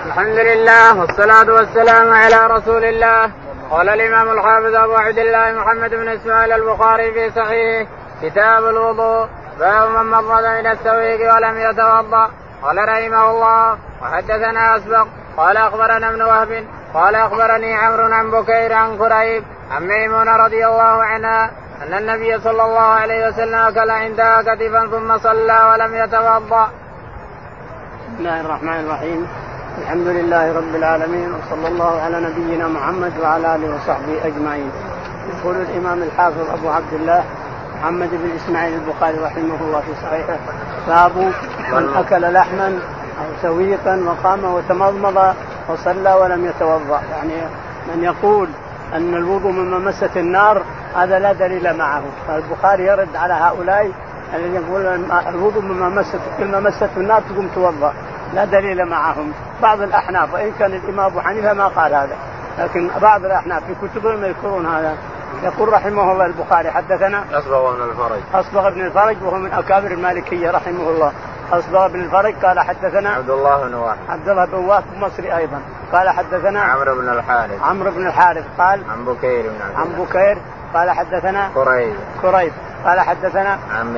الحمد لله والصلاة والسلام على رسول الله. قال الإمام الحافظ أبو عبد الله محمد بن إسماعيل البخاري في صحيحه كتاب الوضوء باب من مضمض من السويق ولم يتوضأ. قال رحمه الله وحدثنا أسبق قال أخبرنا ابن وهب قال أخبرني عمرو عن بكير عن كريب عن ميمونة رضي الله عنها أن النبي صلى الله عليه وسلم أكل عندها كتفا ثم صلى ولم يتوضأ. بسم الله الرحمن الرحيم. الحمد لله رب العالمين وصلى الله على نبينا محمد وعلى آله وصحبه أجمعين. يقول الإمام الحافظ أبو عبد الله محمد بن إسماعيل البخاري رحمه الله في صحيحه باب من أكل لحما أو سويقا وقام وتمضمض وصلى ولم يتوضأ. يعني من يقول أن الوضوء مما مست النار هذا لا دليل معه. فالبخاري يرد على هؤلاء الذين يقولون الوضوء مما مست النار تقوم توضأ، لا دليل معهم. بعض الأحناف وإن كان الإمام أبو حنيفة ما قال هذا، لكن بعض الأحناف في كتبهم يذكرون هذا. يقول رحمه الله البخاري حدثنا أصبغ بن الفرج وهو من أكابر المالكية رحمه الله. أصبغ بن الفرج قال حدثنا عبد الله بن واحد مصري أيضا قال حدثنا عمرو بن الحارث قال عن بكير قال حدثنا كريب قال حدثنا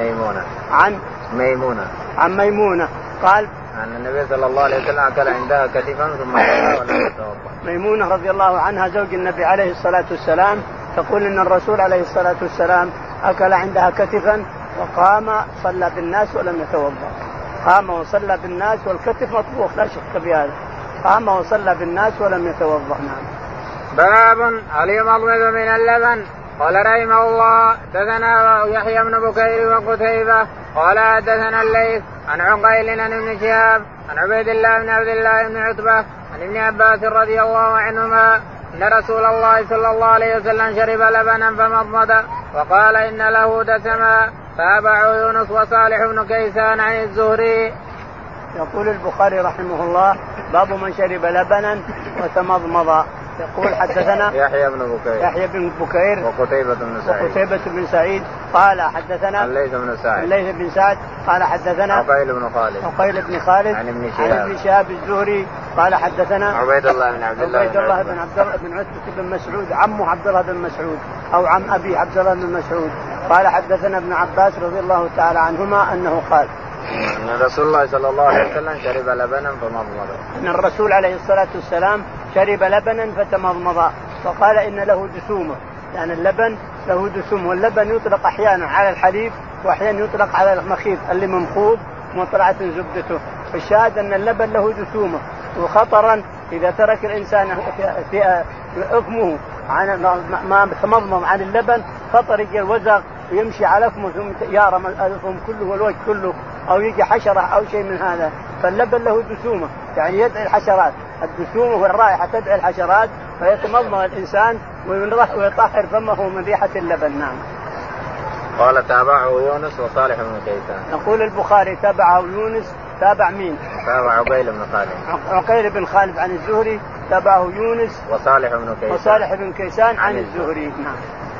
عن ميمونة قال أن النبي صلى الله عليه وسلم أكل عندها كتفا ثم صلى ولم يتوضأ. ميمونة رضي الله عنها زوج النبي عليه الصلاة والسلام تقول إن الرسول عليه الصلاة والسلام أكل عندها كتفا وقام صلى بالناس ولم يتوضأ. قام وصلى بالناس والكتف مطبوخ لا شك بهذا. قام وصلى بالناس ولم يتوضأ. نعم. باب هل يمضمض من اللبن. قال رحمه الله حدثنا يحيى بن بكير وقتيبة قال حدثنا الليث عن عقيل عن ابن شهاب عن عبيد الله بن عبد الله بن عتبة عن ابن عباس رضي الله عنهما أن رسول الله صلى الله عليه وسلم شرب لبنا فمضمض وقال إن له دسما تابعه يونس وصالح بن كيسان عن الزهري. يقول البخاري رحمه الله باب من شرب لبنا وتمضمض. يقول حدثنا يحيى بن بكير وقتيبة بن سعيد قال حدثنا الليث بن سعد قال حدثنا عقيل بن خالد عن ابن شهاب الزهري قال حدثنا عبيد الله بن عبد الله بن عتبة بن مسعود عمه عبد الله بن مسعود أو عم أبي عبد الله بن مسعود قال حدثنا ابن عباس رضي الله تعالى عنهما أنه قال أن رسول الله صلى الله عليه وسلم شرب لبنا فمضمض. أن الرسول عليه الصلاة والسلام شرب لبنا فتمضمض وقال إن له دسومة. يعني اللبن له دسوم، واللبن يطلق أحيانا على الحليب وأحيانا يطلق على المخيط اللي منخوض وطلعت زبدته. فالشاهد أن اللبن له دسومة وخطرا إذا ترك الإنسان في أفمه عن ما تمضمض عن اللبن خطر يجي الوزغ ويمشي على فمه ثم يارم الفم كله والوجه كله أو يجي حشرة أو شيء من هذا. فاللبن له دسومة يعني يدعي الحشرات. الدسومة والرائحة تدعي الحشرات فيتمضمض الإنسان ويطهر فمه من ريحة اللبن. نعم. قال تابعه يونس وصالح بن كيسان. يقول البخاري تابعه يونس. تابع مين؟ تابع عقيل بن خالد عن الزهري. تابعه يونس وصالح بن كيسان عن الزهري. نعم.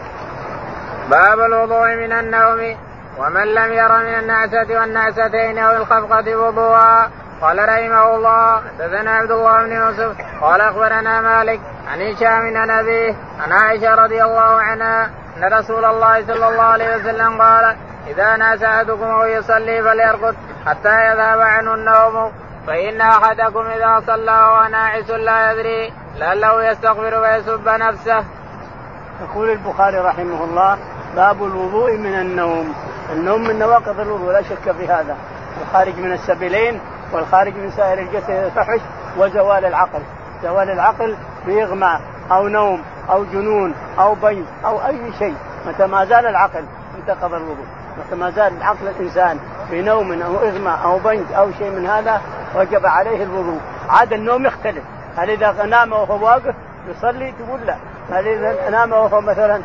باب الوضوء من النوم ومن لم ير من النعسة والنعستين أو الخفقة وضوءا. قال رحمه الله حدثنا عبد الله بن يوسف قال أخبرنا مالك عن هشام عن أبيه عن عائشة رضي الله عنها أن رسول الله صلى الله عليه وسلم قال إذا ناس أحدكم أو يصلي فليرقد حتى يذهب عنه النوم فإن أحدكم إذا صلى وهو ناعس لا يدري لعله يستغفر ويسب نفسه. يقول البخاري رحمه الله باب الوضوء من النوم. النوم من نواقض الوضوء لا شك في هذا. الخارج من السبيلين والخارج من سائر الجسد الفحش وزوال العقل. زوال العقل بإغماء أو نوم أو جنون أو بين أو أي شيء. متى ما زال العقل انتقض الوضوء. متى ما زال العقل الإنسان في نوم أو إغماء أو بين أو شيء من هذا وجب عليه الوضوء. عاد النوم يختلف. هل إذا نام وهو واقف يصلي تقول لا. هل إذا نام وهو مثلا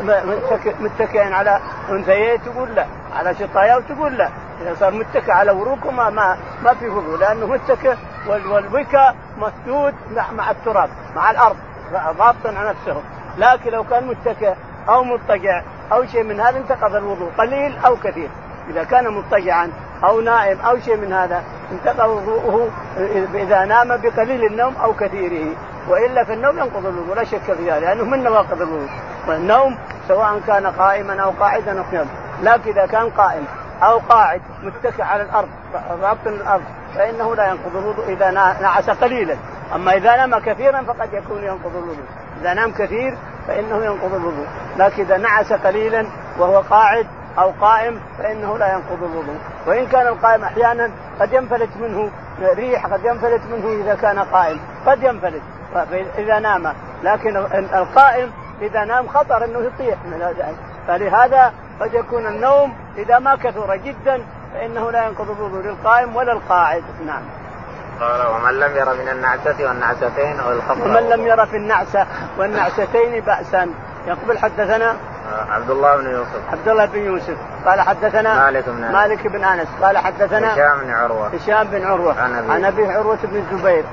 متكئ على أنثيين تقول لا. على شطاياه تقول لا. إذا صار متكئ على وروكه ما في وضوء لأنه متكئ والوكاء مسدود مع التراب مع الأرض ضابطا على نفسه. لكن لو كان متكئ أو مضطجع أو شيء من هذا انتقض الوضوء قليل أو كثير. إذا كان مضطجعا أو نائم أو شيء من هذا انتقض وضوءه إذا نام بقليل النوم أو كثيره، وإلا في النوم ينقض الوضوء لا شك في ذلك، لأنه من نواقض الوضوء. والنوم سواء كان قائما أو قاعدا أو قياما، لكن إذا كان قائم أو قاعد متكئ على الأرض رابط الأرض فإنه لا ينقض الوضوء إذا نعس قليلا. أما إذا نام كثيرا فقد يكون ينقض الوضوء، إذا نام كثير فإنه ينقض الوضوء، لكن إذا نعس قليلا وهو قاعد أو قائم فإنه لا ينقض الوضوء. وإن كان القائم أحيانا قد ينفلت منه ريح، قد ينفلت منه إذا كان قائم، قد ينفلت إذا نام، لكن القائم إذا نام خطر أنه يطيح من هذا، فلهذا قد يكون النوم إذا ما كثر جدا فإنه لا ينقض الوضوء للقائم ولا القاعد. نعم. قال ومن لم ير من النعسة والنعستين أو الخفض، ومن لم ير في النعسة والنعستين بأسا. يقبل حدثنا عبد الله بن يوسف. عبد الله بن يوسف قال حدثنا مالك بن أنس قال حدثنا هشام بن عروة عن أبي عروة بن الزبير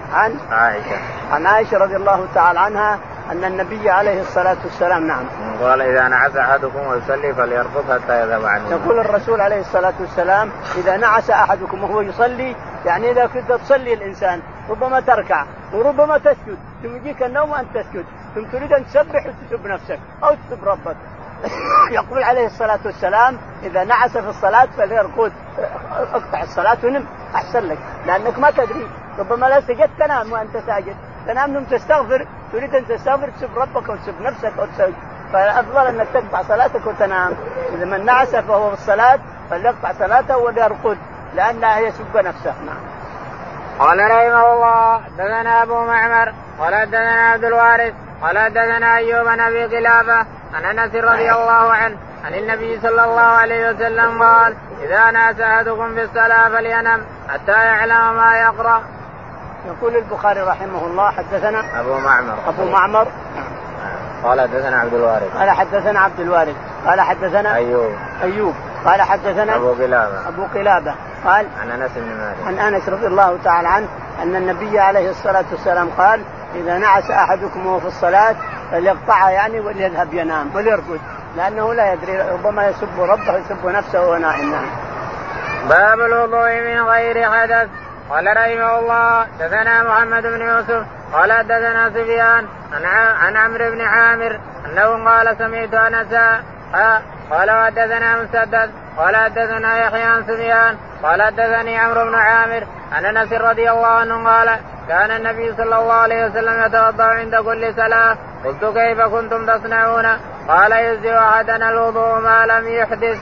عن عائشة رضي الله تعالى عنها أن النبي عليه الصلاة والسلام نعم قال إذا نعس أحدكم ويصلي فليرفض حتى يذهب عنه. يقول الرسول عليه الصلاة والسلام إذا نعس أحدكم وهو يصلي، يعني إذا كنت تصلي الإنسان ربما تركع وربما تسجد، ثم يجيك النوم وأنت تسجد، ثم تريد أن تسبح وتسب نفسك أو تسب ربك. يقول عليه الصلاة والسلام إذا نعس في الصلاة فليرقد، اقطع الصلاة ونم أحسن لك، لأنك ما تدري ربما لا سجدت تنام وأنت ساجد، تنام ثم تستغفر، تريد أن تستغفر تسب ربك أو تسب نفسك أو تسجد، فالأفضل أنك تقطع صلاتك وتنام. إذا من نعس فهو في الصلاة فليقطع صلاته وليرقد لأنه يسب نفسه. نعم. قال رحمه الله حدثنا أبو معمر قال حدثنا عبد الوارث قال حدثنا أيوب بن أبي قلابة عن أنس رضي الله عنه عن النبي صلى الله عليه وسلم قال إذا نعس أحدكم في الصلاة فلينم حتى يعلم ما يقرأ. يقول البخاري رحمه الله حدثنا أبو معمر قال حدثنا عبد الوارث قال حدثنا عبد الوارث قال حدثنا أيوب قال حدثنا أبو قلابة قال عن أنس رضي الله تعالى عنه أن النبي عليه الصلاة والسلام قال إذا نعس أحدكم وهو في الصلاة فليقطعها، يعني وليذهب ينام وليرقد، لأنه لا يدري ربما يسب ربه ويسب نفسه وهو نائم. باب الوضوء من غير حدث. قال رحمه الله حدثنا محمد بن يوسف قال حدثنا سفيان عن عمرو بن عامر أنه قال سمعت أنسا قال حدثنا مسدد قال حدثنا يحيى عن سفيان قال حدثني عمرو بن عامر عن أنس رضي الله عنه قال كان النبي صلى الله عليه وسلم يتوضأ عند كل صلاة. قلت كيف كنتم تصنعون؟ قال يجزئ أحدنا الوضوء ما لم يحدث.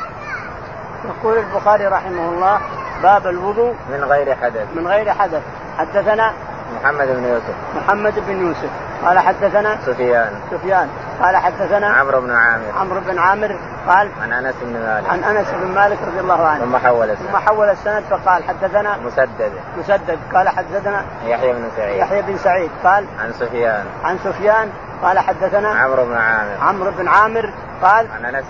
يقول البخاري رحمه الله باب الوضوء من غير حدث. حدثنا محمد بن يوسف قال حدثنا سفيان قال حدثنا عمرو بن عامر قال عن أنس بن مالك رضي الله عنه ثم حول السند فقال حدثنا مسدد قال حدثنا يحيى بن سعيد قال عن سفيان قال حدثنا عمرو بن عامر قال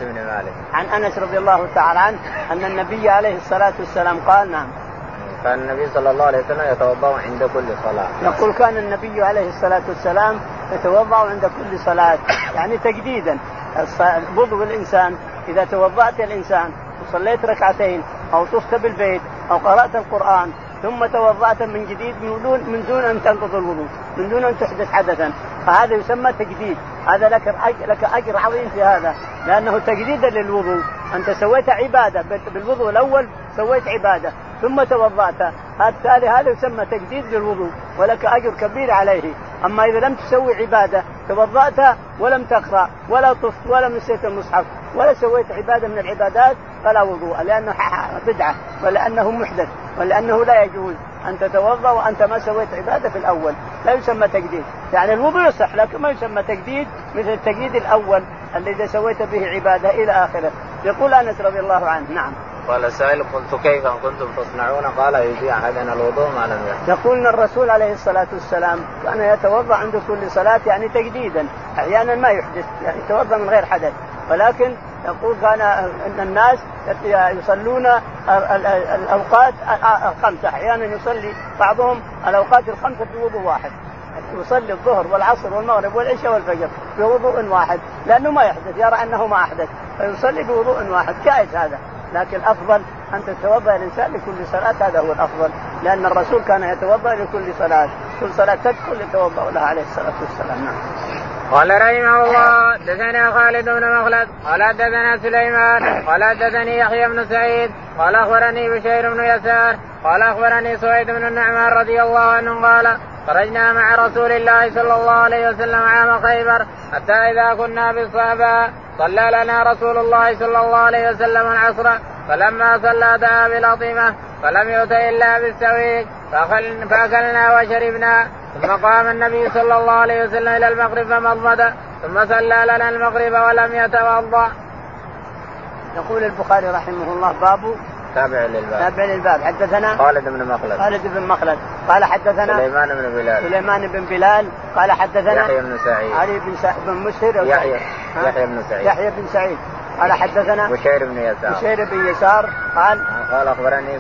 عن أنس رضي الله تعالى عنه أن النبي عليه الصلاة والسلام قال نعم كان النبي صلى الله عليه وسلم يتوضأ عند كل صلاة. يقول كان النبي عليه الصلاة والسلام يتوضأ عند كل صلاة، يعني تجديدا. وضوء الإنسان إذا توضأت الإنسان وصليت ركعتين أو طفت بالبيت أو قرأت القرآن ثم توضأت من جديد من دون أن تنقض الوضوء، من دون أن تحدث حدثا، فهذا يسمى تجديد. هذا لك أجر عظيم في هذا، لأنه تجديدا للوضوء. أنت سويت عبادة بالوضوء الأول، سويت عبادة ثم توضأت، هذا يسمى تجديد للوضوء ولك أجر كبير عليه. أما إذا لم تسوي عبادة توضأت ولم تقرأ ولا طفت ولا نسيت المصحف ولا سويت عبادة من العبادات فلا وضوء، لأنه بدعة ولأنه محدث ولأنه لا يجوز أن تتوضأ وأنت ما سويت عبادة في الأول، لا يسمى تجديد. يعني الوضوء يصح لكن ما يسمى تجديد مثل التجديد الأول الذي سويت به عبادة إلى آخره. يقول أنس رضي الله عنه نعم. قال سائل قلت كيف كنتم تصنعون؟ قال يجزئ أحدنا الوضوء ما لم يحدث. يقول الرسول عليه الصلاة والسلام كان يتوضأ عند كل صلاة، يعني تجديدا، أحيانا ما يحدث يعني يتوضأ من غير حدث، ولكن يقول كان أن الناس يصلون الأوقات الخمسة، أحيانا يصلي بعضهم الأوقات الخمسة بوضوء واحد، يصلي الظهر والعصر والمغرب والعشاء والفجر بوضوء واحد، لأنه ما يحدث، يرى أنه ما أحدث فيصلي بوضوء واحد، جائز هذا. لكن الأفضل أن تتوضأ الإنسان لكل صلاة، هذا هو الأفضل، لأن الرسول كان يتوضأ لكل صلاة، كل صلاة تدخل يتوضأ لها عليه الصلاة والسلام. نعم. قال رحمه الله دثنا خالد بن مخلد قال دثنا سليمان قال دثني يحيى بن سعيد قال أخبرني بشير بن يسار قال أخبرني سويد بن النعمان رضي الله عنه قال خرجنا مع رسول الله صلى الله عليه وسلم عام خيبر حتى إذا كنا بالصحبة صلى لنا رسول الله صلى الله عليه وسلم العصر، فلما صلى دعا بلطيمة فلم يؤت إلا بالسويق فأكلنا وشربنا، ثم قام النبي صلى الله عليه وسلم إلى المغرب فمضمض ثم صلى لنا المغرب ولم يتوضأ. يقول البخاري رحمه الله باب تابع للباب. حدثنا خالد بن مخلد قال حدثنا سليمان بن بلال قال حدثنا يحيى بن سعيد علي بن مسهر يحيى بن سعيد قال حدثنا بشير بن يسار قال أخبرني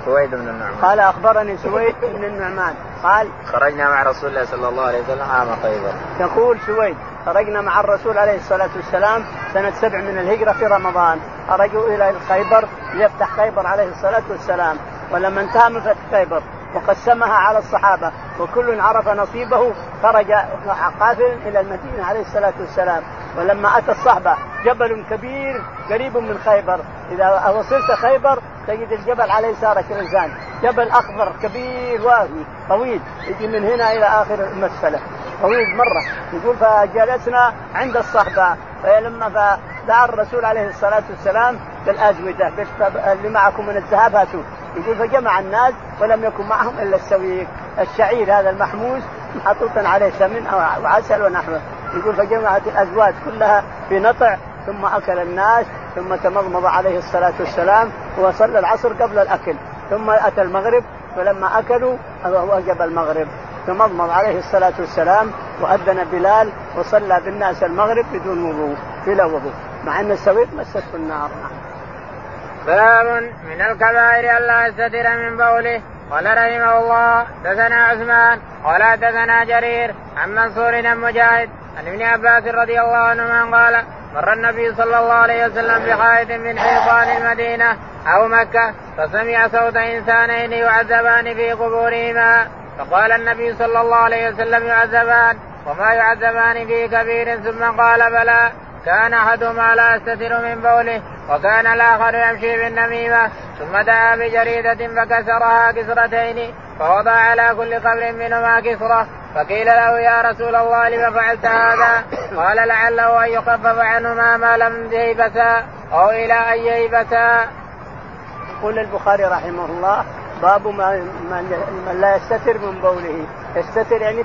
سويد بن النعمان قال خرجنا مع رسول الله صلى الله عليه وسلم عام خيبر. يقول سويد خرجنا مع الرسول عليه الصلاة والسلام سنة 7 من الهجرة في رمضان، خرجوا إلى خيبر ليفتح خيبر عليه الصلاة والسلام، ولما انتهى من فتح خيبر وقسمها على الصحابة وكل عرف نصيبه خرج قافل إلى المدينة عليه الصلاة والسلام. ولما أتى الصحبة جبل كبير قريب من خيبر، إذا وصلت خيبر تجد الجبل على يسارك الإنسان، جبل أخضر كبير واهي طويل يجي من هنا إلى آخر المسفلة طويل مرة. يقول فجلسنا عند الصحبة، فلما دعا الرسول عليه الصلاة والسلام بالأزودة اللي معكم من الذهب هاتوا، يقول فجمع الناس ولم يكن معهم إلا السويق الشعير هذا المحموس محطوطا عليه سمن أو عسل ونحوه. يقول فجمعت الأزواج كلها في نطع، ثم أكل الناس، ثم تمضمض عليه الصلاة والسلام وصلى العصر قبل الأكل، ثم أتى المغرب فلما أكلوا وجب المغرب تمضمض عليه الصلاة والسلام وأذن بلال وصلى بالناس المغرب بدون وضوء بلا وضوء، مع أن السويق مسته النار. باب من الكبائر ألا يستتر من بوله. قال رحمه الله دثنا عثمان قال دثنا جرير عن منصور عن مجاهد عن ابن عباس رضي الله عنهما قال مر النبي صلى الله عليه وسلم بحائط من حيطان المدينة أو مكة فسمع صوت إنسانين يعذبان في قبورهما، فقال النبي صلى الله عليه وسلم يعذبان وما يعذبان في كبير، ثم قال بلى، كان أحدهما لا يستتر من بوله وكان الآخر يمشي بالنميمة، ثم دعا بجريدة فكسرها كسرتين فوضع على كل قبر منهما كسرة، فقيل له يا رسول الله لما فعلت هذا؟ قال لعله أن يخفف عنهما ما لم ييبسا أو إلى أن ييبسا. يقول البخاري رحمه الله باب من لا يستتر من بوله. يستتر يعني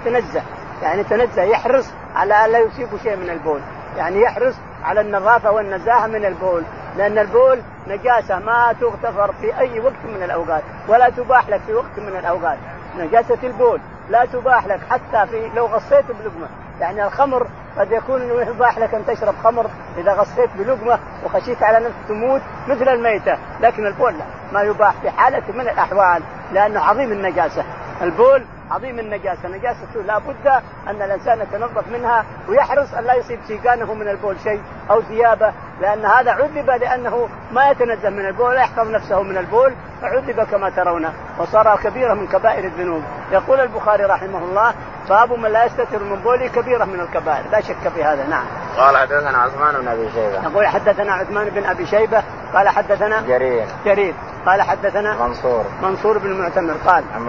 تنزه يحرص على أن لا يصيب شيء من البول، يعني يحرص على النظافة والنزاهة من البول، لأن البول نجاسة ما تغتفر في أي وقت من الأوقات ولا تباح لك في وقت من الأوقات. نجاسة البول لا تباح لك حتى في لو غصيت بلقمة، يعني الخمر قد يكون يباح لك أن تشرب خمر إذا غصيت بلقمة وخشيت على نفسك تموت مثل الميتة، لكن البول لا، ما يباح في حالة من الأحوال لأنه عظيم النجاسة. البول عظيم النجاسة، نجاسته لا بد أن الإنسان يتنظف منها ويحرص أن لا يصيب سيقانه من البول شيء أو ثيابه، لأن هذا عذب لأنه ما يتنزه من البول ولا يحفظ نفسه من البول فعذب كما ترون وصار كبيرة من كبائر الذنوب. يقول البخاري رحمه الله باب من لا يستتر من بوله كبيرة من الكبائر، لا شك في هذا. نعم. قال حدثنا عثمان بن أبي شيبة. يقول حدثنا عثمان بن أبي شيبة قال حدثنا جرير قال حدثنا منصور بن المعتمر قال عن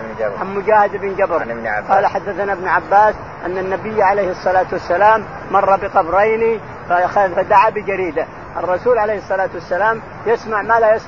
مجاهد بن جبر قال حدثنا ابن عباس أن النبي عليه الصلاة والسلام مر بقبرين فدعا بجريدة. الرسول عليه الصلاة والسلام يسمع ما لا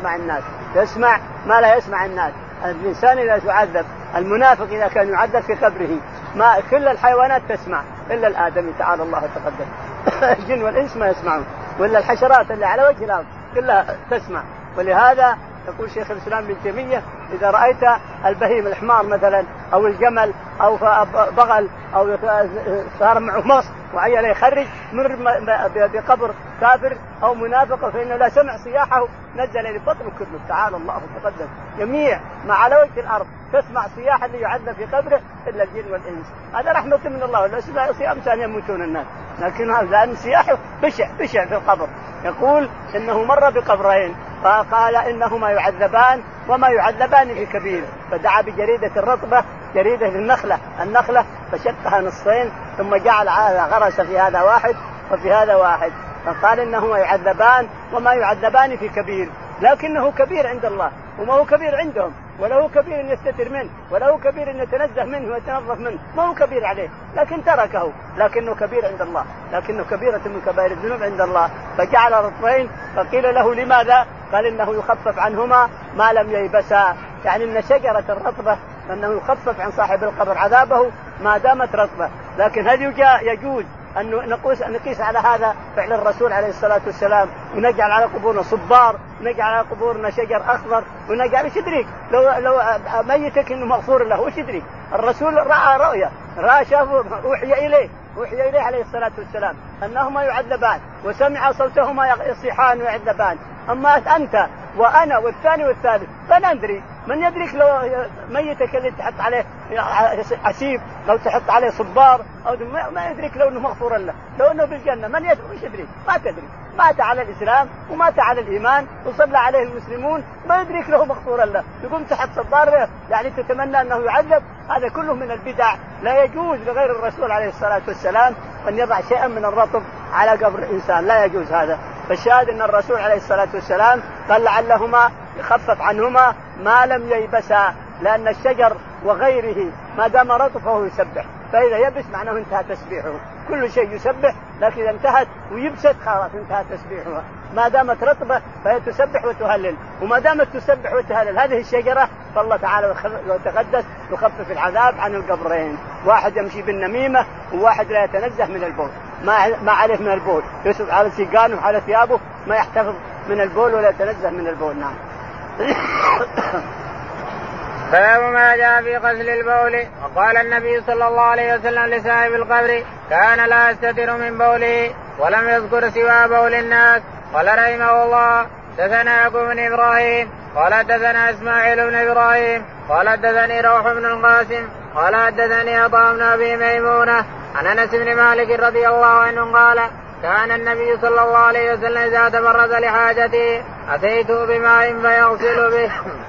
يسمع الناس. الإنسان إذا يعذب، المنافق إذا كان يعذب في قبره ما كل الحيوانات تسمع إلا الآدمي تعالى الله تقدم الجن والإنس ما يسمعون، ولا الحشرات اللي على وجه الأرض كلها تسمع. ولهذا يقول شيخ الإسلام ابن تيمية إذا رأيت البهيم الحمار مثلا أو الجمل أو بغل أو صار معه مص وعيله يخرج مر بقبر كافر أو منافق فإنه لا سمع صياحه نزل لبطنه كله تعالى الله تقدم. جميع ما على وجه الأرض تسمع صياح اللي يعذب في قبره إلا الجن والإنس. هذا رحمة من الله، لا صيام ثاني يموتون الناس، لكن هذا لأن صياحه بشع في القبر. يقول إنه مر بقبرين فقال إنهما يعذبان وما يعذبان في كبير. فدعا بجريدة الرطبة، جريدة النخلة فشقها نصفين ثم جعل غرس في هذا واحد وفي هذا واحد، فقال إنهما يعذبان وما يعذبان في كبير، لكنه كبير عند الله وما هو كبير عندهم، ولا هو كبير أن يستتر منه ولا هو كبير أن يتنزه منه ويتنظف منه، ما هو كبير عليه لكن تركه، لكنه كبير عند الله، لكنه كبيرة من كبائر الذنوب عند الله. فجعل رطبين، فقيل له لماذا؟ قال إنه يخفف عنهما ما لم ييبسا، يعني إن شجرة الرطبة أنه يخفف عن صاحب القبر عذابه ما دامت رطبة. لكن هل يجوز أن نقيس على هذا فعل الرسول عليه الصلاة والسلام ونجعل على قبورنا صبار، ونجعل على قبورنا شجر أخضر، ونجعل وش يدريك لو ميتك إنه مغفور له، وش يدريك؟ الرسول رأى رؤيا، رأى شافه، أوحي إليه عليه الصلاة والسلام أنهما يعذبان، وسمع صوتهما يصيحان ويعذبان. أما أنت وأنا والثاني والثالث فندري، من يدريك لو ميتك اللي تحط عليه عسيب، لو تحط عليه صبار، أو ما يدريك لو أنه مغفور له، لو أنه بالجنة، من يدري؟ وش يدريك؟ ما تدري. مات على الإسلام ومات على الإيمان وصلى عليه المسلمون، ما يدريك له مغفور له، يقوم تحت صبار يعني تتمنى أنه يعذب. هذا كله من البدع، لا يجوز لغير الرسول عليه الصلاة والسلام أن يضع شيئا من الرطب على قبر الإنسان، لا يجوز هذا. فالشاهد أن الرسول عليه الصلاة والسلام قال لعلهما يخفف عنهما ما لم ييبسا، لأن الشجر وغيره ما دام رطب فهو يسبح، فإذا يبس معناه انتهى تسبيحه. كل شيء يسبح، لكن إذا انتهت ويبست خلاص انتهى تسبيحها. ما دامت رطبة فهي تسبح وتهلل، وما دامت تسبح وتهلل هذه الشجرة فالله تعالى وتقدس يخفف العذاب عن القبرين. واحد يمشي بالنميمة وواحد لا يتنزه من البول، ما عليه من البول، يسب على سيقانه وعلى ثيابه، ما يحتفظ من البول ولا يتنزه من البول. نعم. باب ما جاء في غسل البول. وقال النبي صلى الله عليه وسلم لصاحب القبر كان لا يستتر من بوله ولم يذكر سوى بول الناس. قال رحمه الله حدثنا يعقوب بن ابراهيم قال حدثنا اسماعيل بن ابراهيم قال حدثني روح بن القاسم قال حدثني عطاء بن ابي ميمونه عن انس بن مالك رضي الله عنه قال كان النبي صلى الله عليه وسلم اذا تبرز لحاجته اتيته بماء فيغسل به.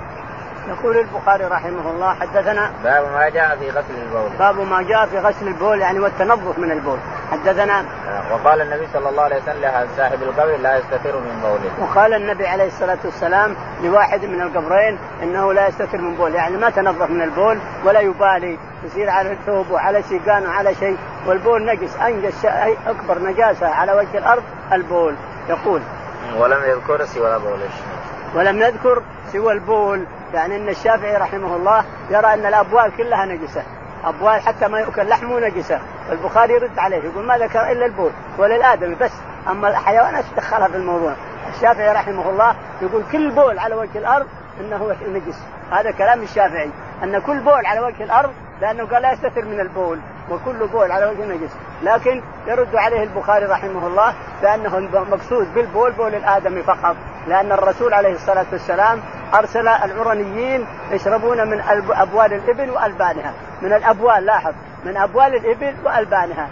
يقول البخاري رحمه الله حدثنا باب ما جاء في غسل البول. باب ما جاء في غسل البول يعني والتنظف من البول. حدثنا وقال النبي صلى الله عليه وسلم صاحب القبر لا يستتر من بوله. وقال النبي عليه الصلاة والسلام لواحد من القبرين انه لا يستتر من بول، يعني ما تنظف من البول ولا يبالي، يصير على الثوب وعلى سيقان وعلى شيء، والبول نجس، انجس اكبر نجاسة على وجه الارض البول. يقول ولم يذكر سوى بوله، ولم نذكر سوى البول، يعني ان الشافعي رحمه الله يرى ان الابوال كلها نجسه، ابوال حتى ما يؤكل لحمه نجسه. البخاري يرد عليه يقول ما ذكر الا البول وللادمي بس، اما الحيوانات دخلها في الموضوع. الشافعي رحمه الله يقول كل بول على وجه الارض انه نجس، هذا كلام الشافعي ان كل بول على وجه الارض، لانه قال لا يستتر من البول وكل بول على وجه نجس. لكن يرد عليه البخاري رحمه الله بانه المقصود بالبول بول الادمي فقط، لان الرسول عليه الصلاة والسلام ارسل العرنيين يشربون من ابوال الابل والبانها، من الابوال، لاحظ، من ابوال الابل والبانها،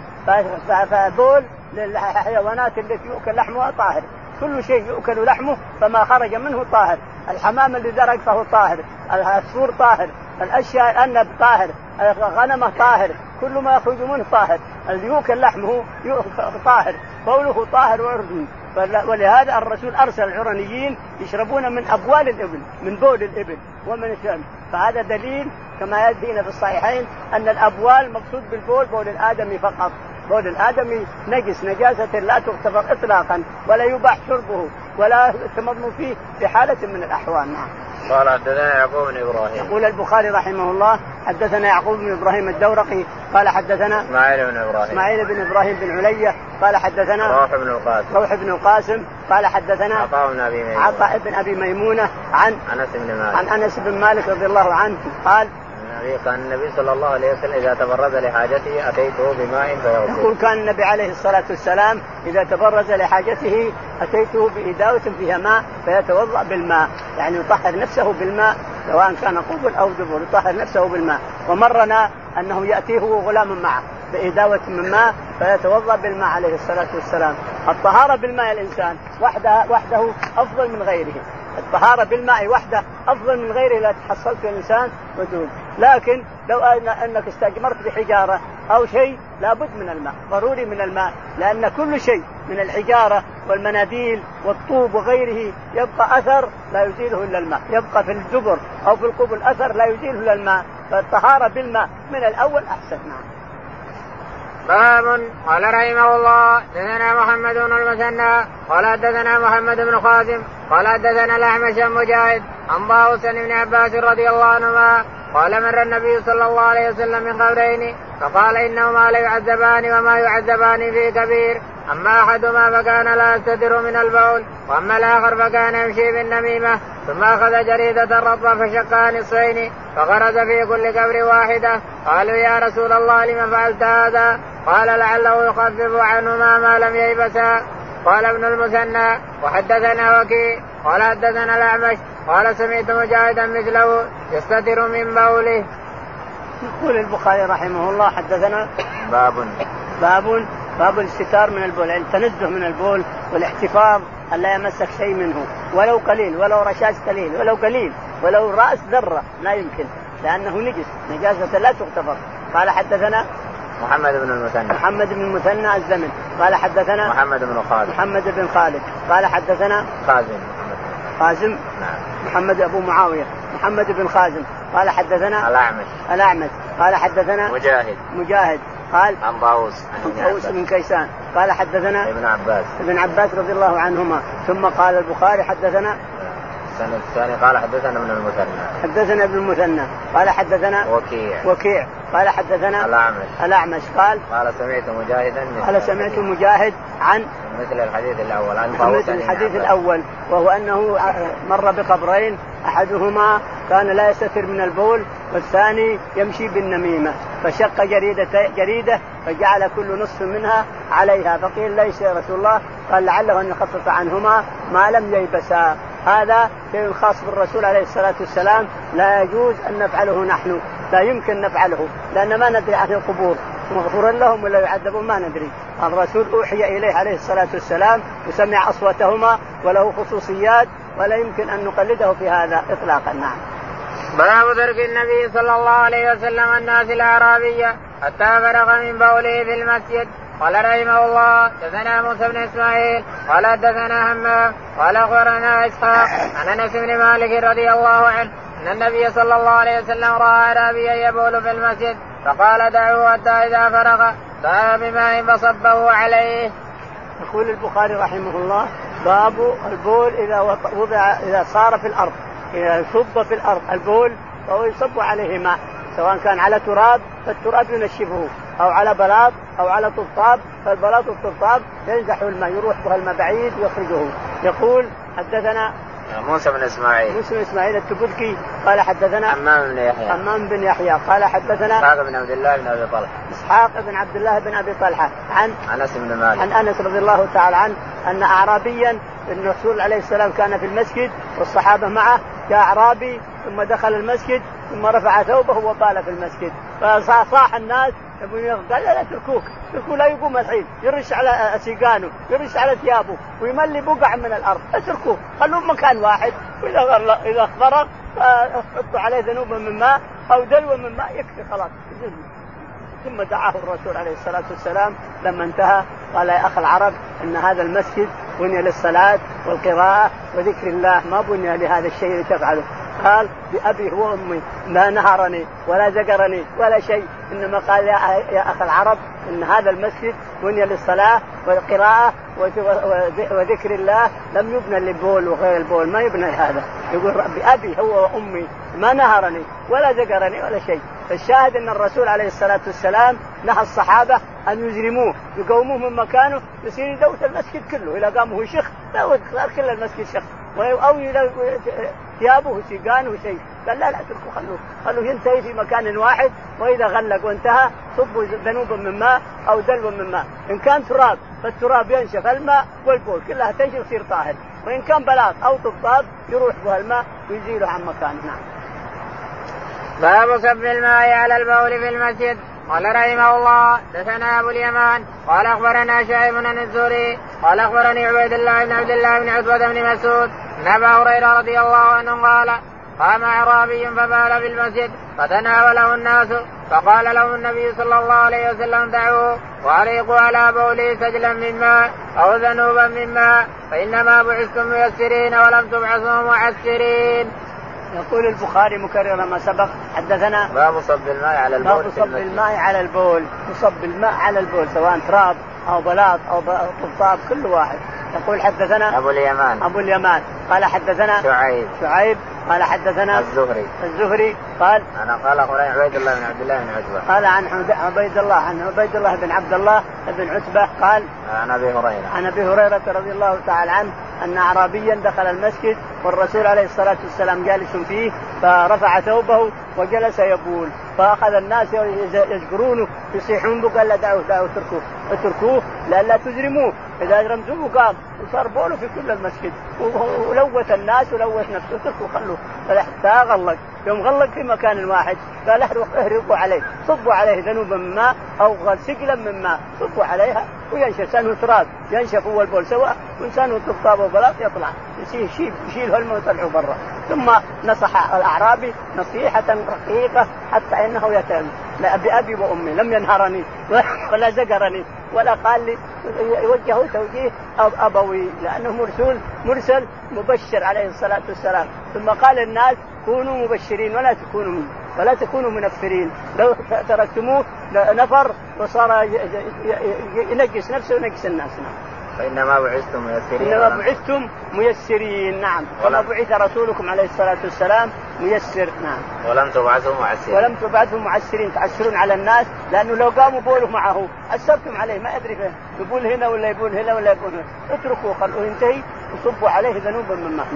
فبول للحيوانات التي يؤكل لحمها طاهر، كل شيء يؤكل لحمه فما خرج منه طاهر، الحمام اللي درق فهو طاهر، العصفور طاهر، الاشياء الأنب طاهر، غنمه طاهر، كل ما يخرج منه طاهر، اللي يؤكل لحمه طاهر، بوله طاهر وعرضه. ولهذا الرسول أرسل العرنيين يشربون من أبوال الإبل، من بول الإبل ومن الشام. فهذا دليل كما يأتينا في الصحيحين أن الأبوال مقصود بالبول بول الآدمي فقط، بول الآدمي نجس نجاسة لا تغتفر إطلاقا، ولا يباح شربه ولا التمضمض فيه في حالة من الأحوال. نعم. قال حدثنا يعقوب بن إبراهيم. يقول البخاري رحمه الله حدثنا يعقوب بن إبراهيم الدورقي قال حدثنا إسماعيل بن إبراهيم بن علية قال حدثنا روح بن القاسم قال حدثنا عطاء بن أبي ميمونة عن أنس بن مالك رضي الله عنه قال كان النبي صلى الله عليه وسلم إذا تبرز لحاجته أتيته بماء فيغسل. يقول كان النبي عليه الصلاة والسلام إذا تبرز لحاجته أتيته بإداوة فيها ماء فيتوضأ بالماء، يعني يطهر نفسه بالماء سواء كان قبل أو دبر، يطهر نفسه بالماء. ومرنا أنه يأتيه غلام معه بإداوة من ماء فيتوضأ بالماء عليه الصلاة والسلام. الطهارة بالماء الإنسان وحده أفضل من غيره، الطهارة بالماء وحده أفضل من غيره لا تحصلت الإنسان ودود. لكن لو أنك استجمرت بحجارة أو شيء لابد من الماء، ضروري من الماء، لأن كل شيء من الحجارة والمناديل والطوب وغيره يبقى أثر لا يزيله إلا الماء، يبقى في الجبر أو في القبل أثر لا يزيله إلا الماء، فالطهارة بالماء من الأول أحسن. باب قال رحمه الله حدثنا محمد بن المثنى قال حدثنا محمد بن خازم قال حدثنا الأعمش مجاهد عن طاووس بن عباس رضي الله عنهما قال مر النبي صلى الله عليه وسلم من قبرين فقال إنهما لا يعذبان وما يعذبان في كبير، أما أحدهما فكان لا يستتر من البول وأما الآخر فكان يمشي بالنميمة، ثم أخذ جريدة رطبة فشقها نصفين فغرز في كل قبر واحدة. قالوا يا رسول الله لم فعلت هذا؟ قال لعله يخفف عنهما ما لم ييبسا. قال ابن المثنى وحدثنا وكيع قال حدثنا الأعمش قال سمعت مجاهدا مثله يستتر من بوله. يقول البخاري رحمه الله حدثنا باب الاستتار من البول، يعني التنزه من البول والاحتفاظ ألا يمسك شيء منه ولو قليل، ولو رشاش قليل، ولو قليل، ولو رأس ذرة لا يمكن، لأنه نجس، نجاسة لا تغتفر. قال حدثنا محمد بن المثنى الزمن قال حدثنا محمد بن خالد قال حدثنا خازم نعم. محمد أبو معاوية محمد بن خازم قال حدثنا الأعمش قال حدثنا مجاهد قال عن طاووس بن كيسان قال حدثنا ابن عباس رضي الله عنهما. ثم قال البخاري حدثنا السنة الثاني قال حدثنا ابن المثنى قال حدثنا وكيع قال حدثنا الأعمش قال سمعت مجاهد عن مثل الحديث الأول وهو أنه مر بقبرين أحدهما كان لا يستتر من البول والثاني يمشي بالنميمة، فشق جريدة فجعل كل نصف منها عليها، فقيل ليس يا رسول الله؟ قال لعله أن يخفف عنهما ما لم ييبسا. هذا شيء خاص بالرسول عليه الصلاة والسلام، لا يجوز أن نفعله نحن، لا يمكن نفعله، لأن ما ندري عن القبور مغفورا لهم ولا يعذبون ما ندري. الرسول أوحي إليه عليه الصلاة والسلام وسمع أصواتهما وله خصوصيات ولا يمكن أن نقلده في هذا إطلاقا. نعم. باب ترك النبي صلى الله عليه وسلم الناس الأعرابية حتى فرغ من بوله في المسجد. قال رحمه الله حدثنا موسى بن إسماعيل قال حدثنا همام قال أخبرنا إسحاق عن أنس بن مالك رضي الله عنه أن النبي صلى الله عليه وسلم رأى أعرابيا يبول في المسجد فقال دعوه حتى إذا فرغ دعا بماء فصبه عليه. يقول البخاري رحمه الله باب البول إذا صار في الأرض، إذا صب في الأرض البول فهو يصب عليه ماء، سواء كان على تراب فالتراب ينشفه أو على بلاط أو على طبطاب فالبلاط والطبطاب ينزح الماء يروح به الماء بعيد ويخرجه. يقول حدثنا موسى بن إسماعيل التبوذكي قال حدثنا حمام بن يحيى قال حدثنا إسحاق بن عبد الله بن أبي طلحة عن أنس بن مالك عن أنس رضي الله تعالى عنه أن أعرابيا الرسول عليه السلام كان في المسجد والصحابة معه، جاء أعرابي ثم دخل المسجد ثم رفع ثوبه وبال في المسجد، فصاح الناس قال لا تركوه لا يقوم الحين يرش على سيقانه يرش على ثيابه ويملي بقع من الأرض، اتركوه خلوه مكان واحد، وإذا فرغ فحطوا عليه ذنوبا من ماء أو دلوا من ماء يكفي خلاص. ثم دعاه الرسول عليه الصلاة والسلام لما انتهى قال يا أخ العرب إن هذا المسجد بني للصلاة والقراءة وذكر الله، ما بني لهذا الشيء اللي تفعله. قال بأبي وأمي لا نهرني ولا زجرني ولا شيء، إنما قال يا أخ العرب إن هذا المسجد بني للصلاة والقراءة وذكر الله، لم يبنى للبول وغير البول، ما يبنى هذا. يقول بأبي هو وأمي ما نهرني ولا زجرني ولا شيء. فالشاهد أن الرسول عليه الصلاة والسلام نهى الصحابة أن يجرموه يقوموه من مكانه يصير يدوث المسجد كله، إذا قامه شيخ لا كل المسجد شيخ، أو ثيابه سيقانه شيء. قال لا تركوا خلوه ينتهي في مكان واحد، وإذا غلق وانتهى صبوا ذنوبا من ماء أو دلوا من ماء. إن كان تراب فالتراب ينشف الماء والبول كلها تنشف يصير طاهر، وإن كان بلاط أو طبطاب يروح به الماء ويزيله عن مكانه. باب صب الماء على البول في المسجد. قال رحمه الله حدثنا أبو اليمان قال أخبرنا شعيب بن الزهري قال أخبرني عبيد الله بن عبد الله بن عتبة بن مسعود عن ابي هريره رضي الله عنه قال قام اعرابي فبال في المسجد فتناوله الناس فقال له النبي صلى الله عليه وسلم دعوه وأريقوا على بوله سجلا من ماء أو ذنوبا من ماء فإنما بعثتم ميسرين ولم تبعثوا معسرين. يقول البخاري مكرر ما سبق حدثنا باب صب الماء على البول. باب صب الماء على البول، يصب الماء على البول سواء تراب أو بلاط أو طبطاب كل واحد. يقول حدثنا أبو اليمان قال حدثنا شعيب قال حدثنا الزهري قال أنا قال عبيد الله بن عبد الله بن عتبة قال عن عبيد الله بن عبد الله بن عتبة قال عن أبي هريرة رضي الله تعالى عنه أن أعرابيا دخل المسجد والرسول عليه الصلاة والسلام جالس فيه فرفع ثوبه وجلس يبول فأخذ الناس يشكرونه يصيحون به قال لا دعوه اتركوه لا تجرموه إذا أجرمتوه قام وصار بوله في كل المسجد ولوث الناس ولوث نفسه اتركوه خلوه فحتى غلق يوم غلق في مكان واحد قال اهرقوا عليه صبوا عليه ذنوبا من ماء أو سجلا من ماء صبوا عليها وينشف سنه تراب ينشف هو البول سواء وإنسانه طبطاب وبلاط يطلع يشيله الماء ويطلعه برا. ثم نصح الأعرابي نصيحة رقيقة حتى إنه يتهم لا بأبي وأمي لم ينهرني ولا زجرني ولا قال لي يوجهه توجيه أبوي لأنه مرسل مبشر عليه الصلاة والسلام. ثم قال الناس كونوا مبشرين ولا تكونوا منفرين لو تركتموه نفر وصار ينجس نفسه وينجس الناس. فإنما بعثتم ميسرين نعم وما بعث رسولكم عليه الصلاة والسلام ميسر نعم ولم تبعثوا معسرين تعسرون على الناس لأنه لو قاموا بوله معه أسرتم عليه ما أدري فين يقول هنا ولا يقول هنا اتركوا خلوه ينتهي وصبوا عليه ذنوبا من ماء.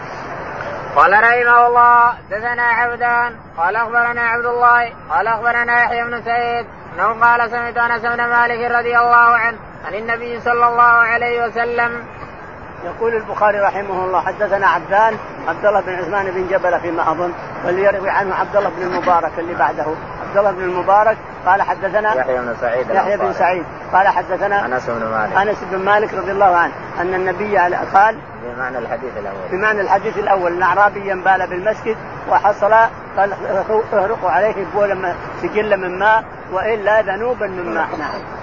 قال رحمه الله دثنا عبدان قال أخبرنا عبد الله قال أخبرنا يحيى بن سعيد أنه قال سمعت أنس بن مالك رضي الله عنه عن النبي صلى الله عليه وسلم. يقول البخاري رحمه الله حدثنا عبد الله بن عثمان بن جبل فيما أظن واللي يروي عنه عبد الله بن المبارك اللي بعده عبد الله بن المبارك قال حدثنا يحيى بن سعيد قال حدثنا أنس بن مالك رضي الله عنه أن النبي قال بمعنى الحديث الأول أن أعرابيا بال بالمسجد وحصل قال اهرقوا عليه بول سجل من ماء وإلا ذنوبا من ماء.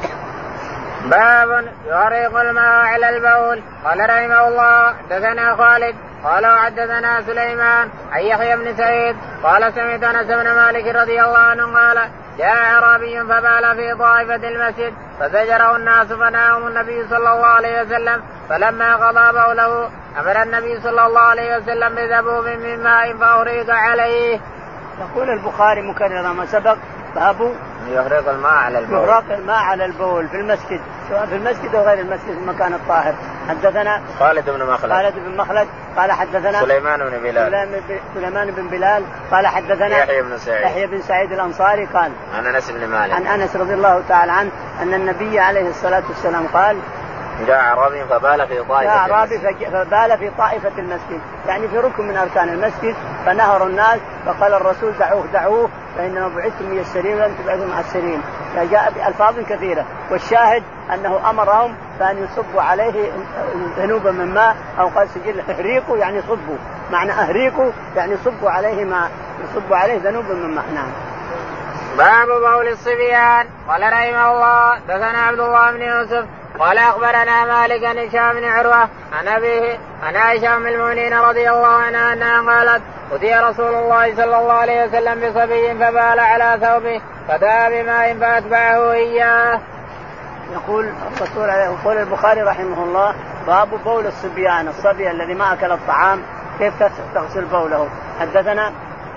باب يريق الماء على البول. قال رحمه الله دثنا خالد قال وحدثنا سليمان عن يحيى بن سعيد قال سمعت أنس بن مالك رضي الله عنه قال جاء أعرابي فبال في طائفة المسجد فزجره الناس فنهاهم النبي صلى الله عليه وسلم فلما قضى بوله أمر النبي صلى الله عليه وسلم بذبوب من ماء فأهريق عليه. يقول البخاري مكرر ما سبق باب يهرق الماء على البول في المسجد سواء في المسجد أو غير المسجد في المكان الطاهر. حدثنا خالد بن مخلد قال حدثنا سليمان بن بلال قال حدثنا يحيى بن سعيد الأنصاري قال عن أنس رضي الله تعالى عنه أن النبي عليه الصلاة والسلام قال جاء أعرابي فبال في طائفة المسجد يعني في ركن من أركان المسجد فنهروا الناس فقال الرسول دعوه فإنما بعثتم ميسرين ولم تبعثوا معسرين. فجاء بألفاظ كثيرة والشاهد أنه أمرهم فأن يصبوا عليه ذنوبا من ماء أو قال سجل اهريقوا يعني صبوا معنى اهريقوا يعني صبوا عليه ماء يصبوا عليه ذنوبا من ماء. نعم. باب بول الصبيان. قال رحمه الله دثنا عبد الله بن يوسف قال أخبرنا مالك عن هشام بن عروة عن أبيه عن عائشة أم المؤمنين رضي الله عنها أنها قالت أتي رسول الله صلى الله عليه وسلم بصبي فبال على ثوبه فدعا بماء فأتبعه إياه. يقول البخاري رحمه الله باب بول الصبيان الصبي الذي ما أكل الطعام كيف تغسل بوله. حدثنا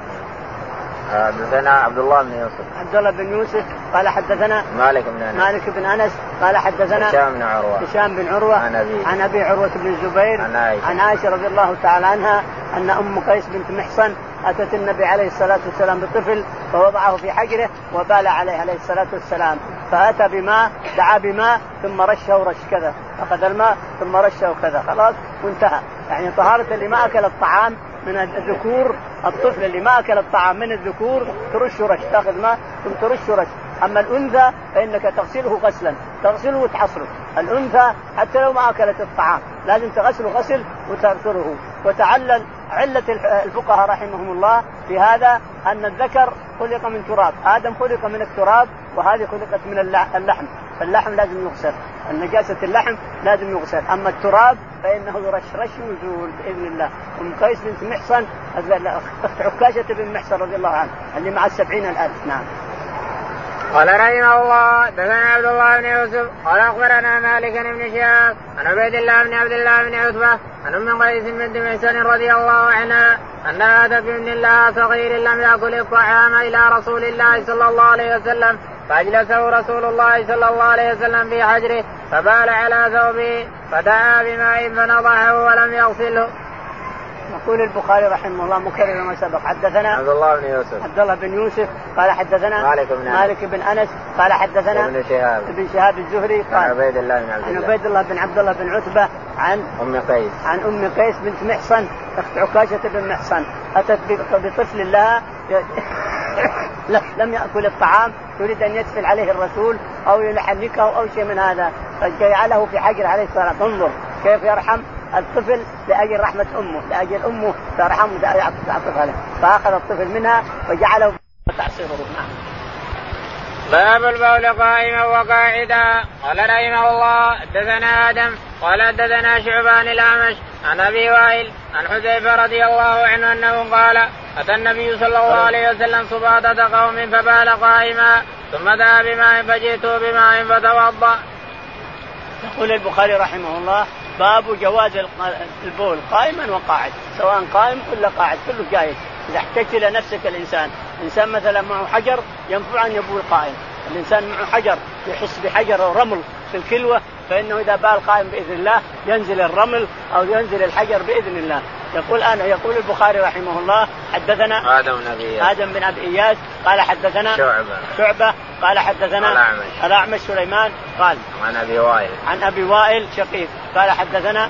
عبد الله بن يوسف قال حدثنا مالك بن أنس قال حدثنا هشام بن عروة عن أبي عروة بن الزبير عن عائشة رضي الله تعالى عنها أن أم قيس بنت محصن أتت النبي عليه الصلاة والسلام بطفل فوضعه في حجره وبال عليه الصلاة والسلام فأتى بماء دعا بماء ثم رشه رش كذا أخذ الماء ثم رشه كذا خلاص وانتهى. يعني طهارة اللي ما أكل الطعام من الذكور الطفل اللي ما أكل الطعام من الذكور ترش رش تأخذ ماء ثم ترش رش. أما الأنثى فإنك تغسله غسلا تغسله وتحصره. الأنثى حتى لو ما أكلت الطعام لازم تغسله غسل وتغسله وتعلل علة الفقهاء رحمهم الله في هذا أن الذكر خلق من تراب، آدم خلق من التراب وهذه خلقت من اللحم، فاللحم لازم يغسل، النجاسة اللحم لازم يغسل، أما التراب فإنه يرشرش ويزول بإذن الله. أم قيس بنت محصن أخت عكاشة بن محصن رضي الله عنه اللي مع 70,000. نعم. قال رحمه الله دثنا عبد الله بن يوسف قال أخبرنا مالك بن شهاب عن عبيد الله بن عبد الله بن عتبة عن أم قيس بنت محصن رضي الله عنها أنها أتت بابن الله صغير لم يأكل الطعام إلى رسول الله صلى الله عليه وسلم فأجلسه رسول الله صلى الله عليه وسلم في حجره فبال على ثوبه فدعا بماء فنضحه ولم يغسله. يقول البخاري رحمه الله مكرر ما سبق حدثنا عبد الله بن يوسف قال حدثنا مالك بن أنس قال حدثنا ابن شهاب الزهري قال عن عبيد الله بن عتبة عن أم قيس بنت محصن أخت عكاشة بن محصن أتت بطفل لها لم يأكل الطعام تريد أن يدفل عليه الرسول أو يحنكه أو شيء من هذا فجعله في حجر عليه الصلاة. انظر كيف يرحم الطفل لأجل رحمة أمه، لأجل أمه ترحمه تعطف عليه، فأخذ الطفل منها وجعله تعصيره. باب البول قائما وقاعدا. قال رحمه الله حدثنا آدم قال حدثنا شعبان الأعمش عن أبي وائل عن حذيفة رضي الله عنه أنه قال أتى النبي صلى الله عليه وسلم سباطة قوم فبال قائما ثم دعا بماء فجئته بماء فتوضأ. يقول البخاري رحمه الله باب جواز البول قائما وقاعد، سواء قائم ولا قاعد كله جائز. إذا احتجت إلى نفسك الإنسان مثلا معه حجر ينفع أن يبول قائم، الإنسان معه حجر يحس بحجر أو رمل في الكلوة فإنه إذا بال قائم بإذن الله ينزل الرمل أو ينزل الحجر بإذن الله. يقول البخاري رحمه الله حدثنا آدم بن أبي إياس قال حدثنا شعبة قال حدثنا الأعمش سليمان قال عن أبي وائل شقيق قال حدثنا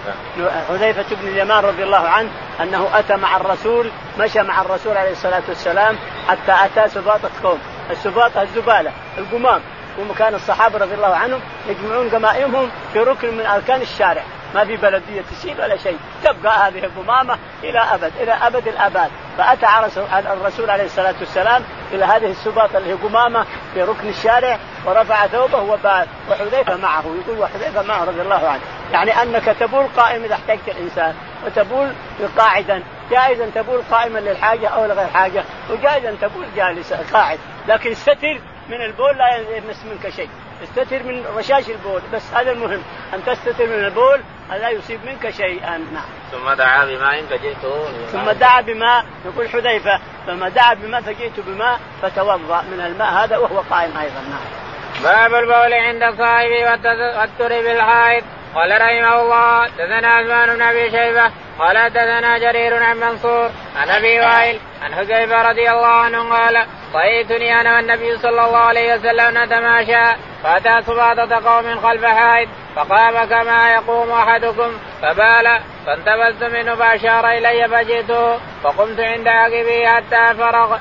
حذيفة بن اليمان رضي الله عنه أنه أتى مع الرسول، مشى مع الرسول عليه الصلاة والسلام حتى أتى سباطة قوم. السباطة الزبالة القمام، ومكان الصحابة رضي الله عنهم يجمعون قمائمهم في ركن من أركان الشارع، ما في بلدية تشيل ولا شيء، تبقى هذه القمامة إلى أبد الآباد. فأتى الرسول عليه الصلاة والسلام إلى هذه السباطة اللي هي قمامة في ركن الشارع ورفع ثوبه وبال وحذيفة معه. يقول وحذيفة معه رضي الله عنه، يعني أنك تبول قائم إذا احتجت الإنسان وتبول قاعدا، جائزا تبول قائما للحاجة أو لغير حاجة، وجائزا تبول جالسا قاعد، لكن استتر من البول لا يمس منك شيء، استتر من رشاش البول بس، هذا المهم أن تستتر من البول لا يصيب منك شيئا. نعم. ثم دعا بماء فجئته ثم دعا بماء، يقول حذيفة ثم دعا بماء فجئت بماء فتوضأ من الماء هذا وهو قائم أيضا. نعم. باب البول عند صاحبه والتستر بالحائط. قال رحمه الله دثنا عثمان بن أبي شيبة قال دثنا جرير عن منصور عن أبي وائل عن حذيفة رضي الله عنه قال رأيتني أنا والنبي صلى الله عليه وسلم نتماشى فأتى سباطة قوم خلف حائط فقام كما يقوم أحدكم فبال فانتبذت منه فأشار إلي فجئته فقمت عند عقبه حتى فرغ.